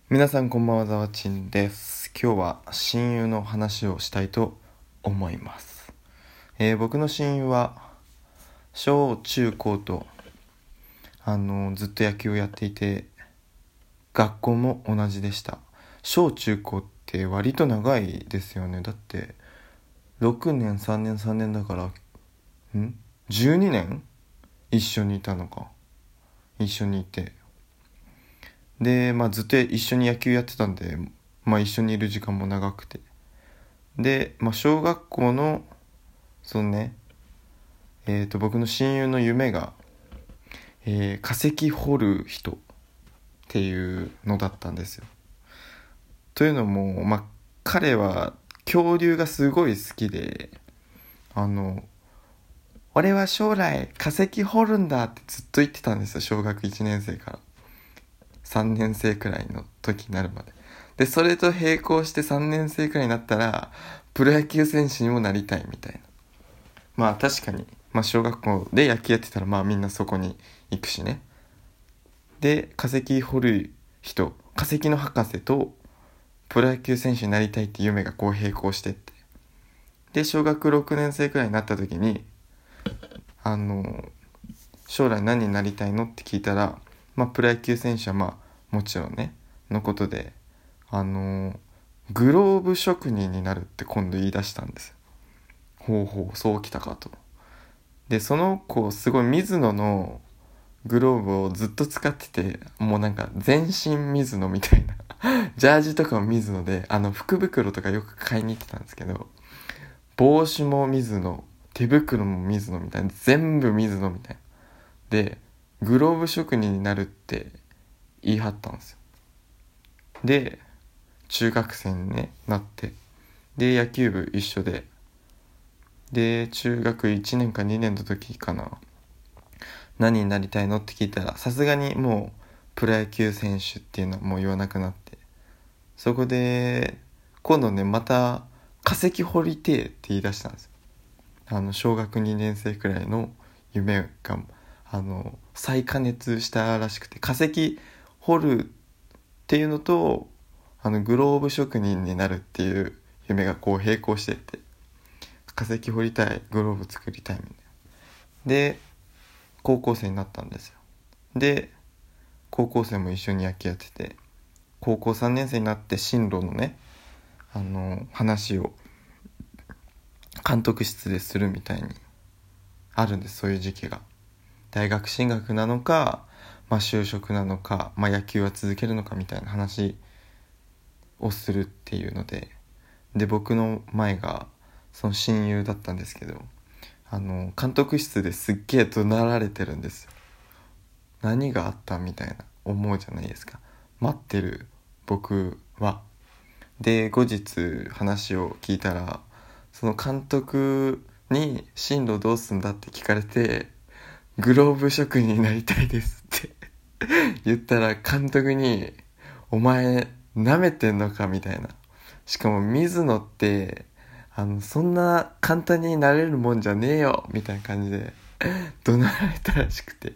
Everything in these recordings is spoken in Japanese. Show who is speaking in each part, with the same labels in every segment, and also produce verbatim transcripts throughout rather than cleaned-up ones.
Speaker 1: 皆さんこんばんは、ざわちんです。今日は親友の話をしたいと思います。えー、僕の親友は小中高とあのずっと野球をやっていて、学校も同じでした。小中高って割と長いですよね。だってろくねんさんねんさんねんだからんじゅうにねん一緒にいたのか。一緒にいてで、まあ、ずっと一緒に野球やってたんで、まあ、一緒にいる時間も長くて、で、まあ、小学校のそのねえーと僕の親友の夢が、えー化石掘る人っていうのだったんですよ。というのも、まあ、彼は恐竜がすごい好きで、あの俺は将来化石掘るんだってずっと言ってたんですよ。小学いちねん生からさんねん生くらいの時になるまで。で、それと並行してさんねん生くらいになったらプロ野球選手にもなりたいみたいな。まあ確かに、まあ、小学校で野球やってたらまあみんなそこに行くしね。で、化石掘る人、化石の博士とプロ野球選手になりたいって夢がこう並行してって、で小学ろくねん生くらいになった時に、あの将来何になりたいのって聞いたら、まあプロ野球選手はまあもちろんねのことで、あのグローブ職人になるって今度言い出したんですよ。ほうほう、そうきたかと。でその子すごい水野のグローブをずっと使ってて、もうなんか全身水野みたいなジャージとかも水野で、あの福袋とかよく買いに行ってたんですけど、帽子も水野、手袋も水野みたいな、全部水野みたいなで、グローブ職人になるって言い張ったんですよ。で中学生に、ね、なって、で野球部一緒で、で中学いちねんかにねんの時かな、何になりたいのって聞いたら、さすがにもうプロ野球選手っていうのはもう言わなくなって、そこで今度ねまた化石掘りてえって言い出したんですよ。あの小学にねん生くらいの夢があの再加熱したらしくて、化石掘るっていうのとあのグローブ職人になるっていう夢がこう並行してって、化石掘りたい、グローブ作りたいみたいな。で高校生になったんですよ。で高校生も一緒に野球やってて、高校さんねん生になって進路のねあの話を監督室でするみたいにあるんです。そういう時期が大学進学なのか、まあ、就職なのか、まあ、野球は続けるのかみたいな話をするっていうので、で僕の前がその親友だったんですけど、あの監督室ですっげえ怒鳴られてるんですよ。何があったみたいな思うじゃないですか、待ってる僕は。で後日話を聞いたら、その監督に進路どうすんだって聞かれて、グローブ職人になりたいですって言ったら、監督にお前舐めてんのかみたいな、しかも水野ってあのそんな簡単になれるもんじゃねえよみたいな感じで怒鳴られたらしくて、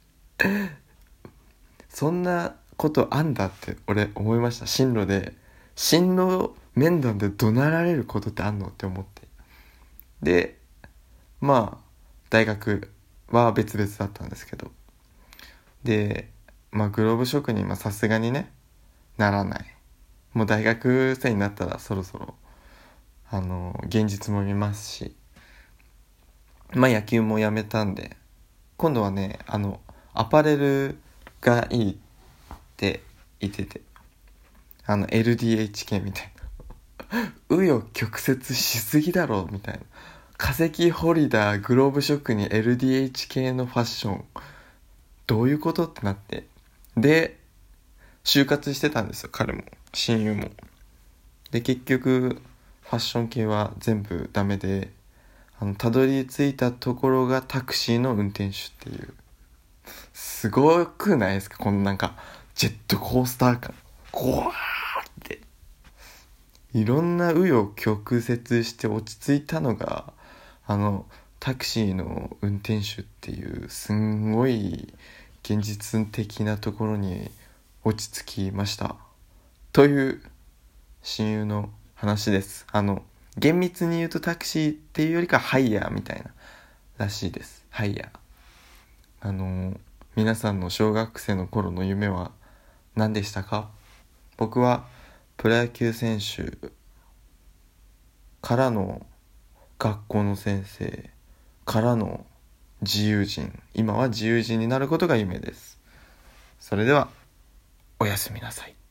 Speaker 1: そんなことあんだって俺思いました。進路で進路面談で怒鳴られることってあんのって思って。でまあ大学は別々だったんですけど、でまあグローブ職人はさすがにねならない、もう大学生になったらそろそろあの現実も見ますし、まあ野球もやめたんで、今度はねあのアパレルがいいって言ってて、あの エルディーエイチケー みたいな紆余曲折しすぎだろみたいな、化石ホリダー、グローブ職人、 エルディーエイチ 系のファッションどういうことってなって、で就活してたんですよ、彼も親友も。で結局ファッション系は全部ダメで、あのたどり着いたところがタクシーの運転手っていう、すごくないですか、このなんかジェットコースター感、ゴワーっていろんな紆余曲折して落ち着いたのがあのタクシーの運転手っていう、すんごい現実的なところに落ち着きました。 という親友の話です。あの厳密に言うとタクシーっていうよりかハイヤーみたいならしいです。ハイヤー。あの皆さんの小学生の頃の夢は何でしたか？僕はプロ野球選手からの学校の先生からの自由人、今は自由人になることが夢です。それではおやすみなさい。